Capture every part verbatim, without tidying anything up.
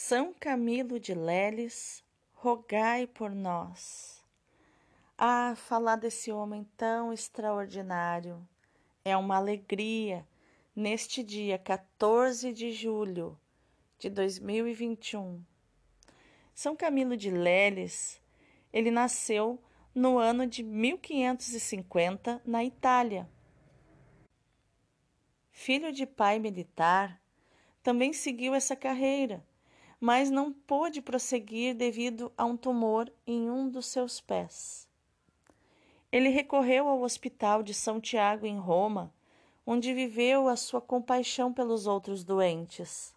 São Camilo de Leles, rogai por nós. Ah, falar desse homem tão extraordinário é uma alegria neste dia quatorze de julho de dois mil e vinte e um. São Camilo de Leles, ele nasceu no ano de mil quinhentos e cinquenta na Itália. Filho de pai militar, também seguiu essa carreira, mas não pôde prosseguir devido a um tumor em um dos seus pés. Ele recorreu ao Hospital de São Tiago, em Roma, onde viveu a sua compaixão pelos outros doentes.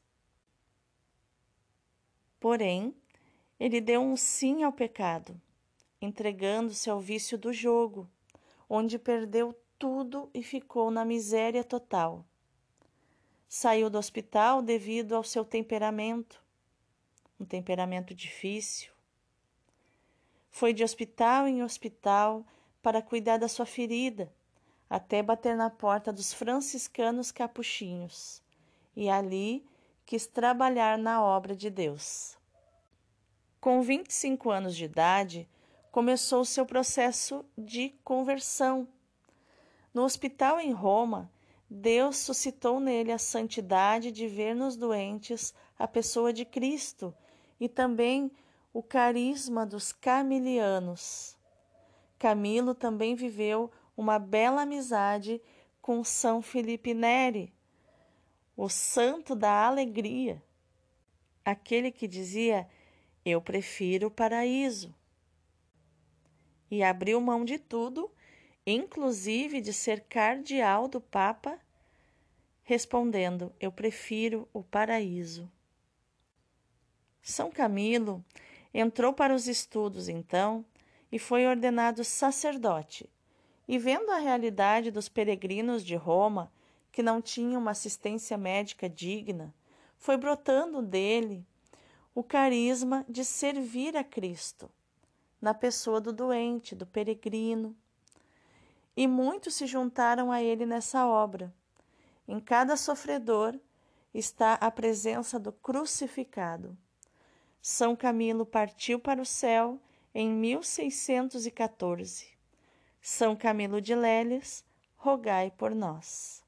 Porém, ele deu um sim ao pecado, entregando-se ao vício do jogo, onde perdeu tudo e ficou na miséria total. Saiu do hospital devido ao seu temperamento, um temperamento difícil. Foi de hospital em hospital para cuidar da sua ferida, até bater na porta dos franciscanos capuchinhos, e ali quis trabalhar na obra de Deus. Com vinte e cinco anos de idade, começou seu processo de conversão. No hospital em Roma, Deus suscitou nele a santidade de ver nos doentes a pessoa de Cristo e também o carisma dos camilianos. Camilo também viveu uma bela amizade com São Felipe Neri, o santo da alegria, aquele que dizia: eu prefiro o paraíso. E abriu mão de tudo, inclusive de ser cardeal do Papa, respondendo: eu prefiro o paraíso. São Camilo entrou para os estudos, então, e foi ordenado sacerdote. E vendo a realidade dos peregrinos de Roma, que não tinham uma assistência médica digna, foi brotando dele o carisma de servir a Cristo, na pessoa do doente, do peregrino. E muitos se juntaram a ele nessa obra. Em cada sofredor está a presença do crucificado. São Camilo partiu para o céu em mil seiscentos e quatorze. São Camilo de Leles, rogai por nós.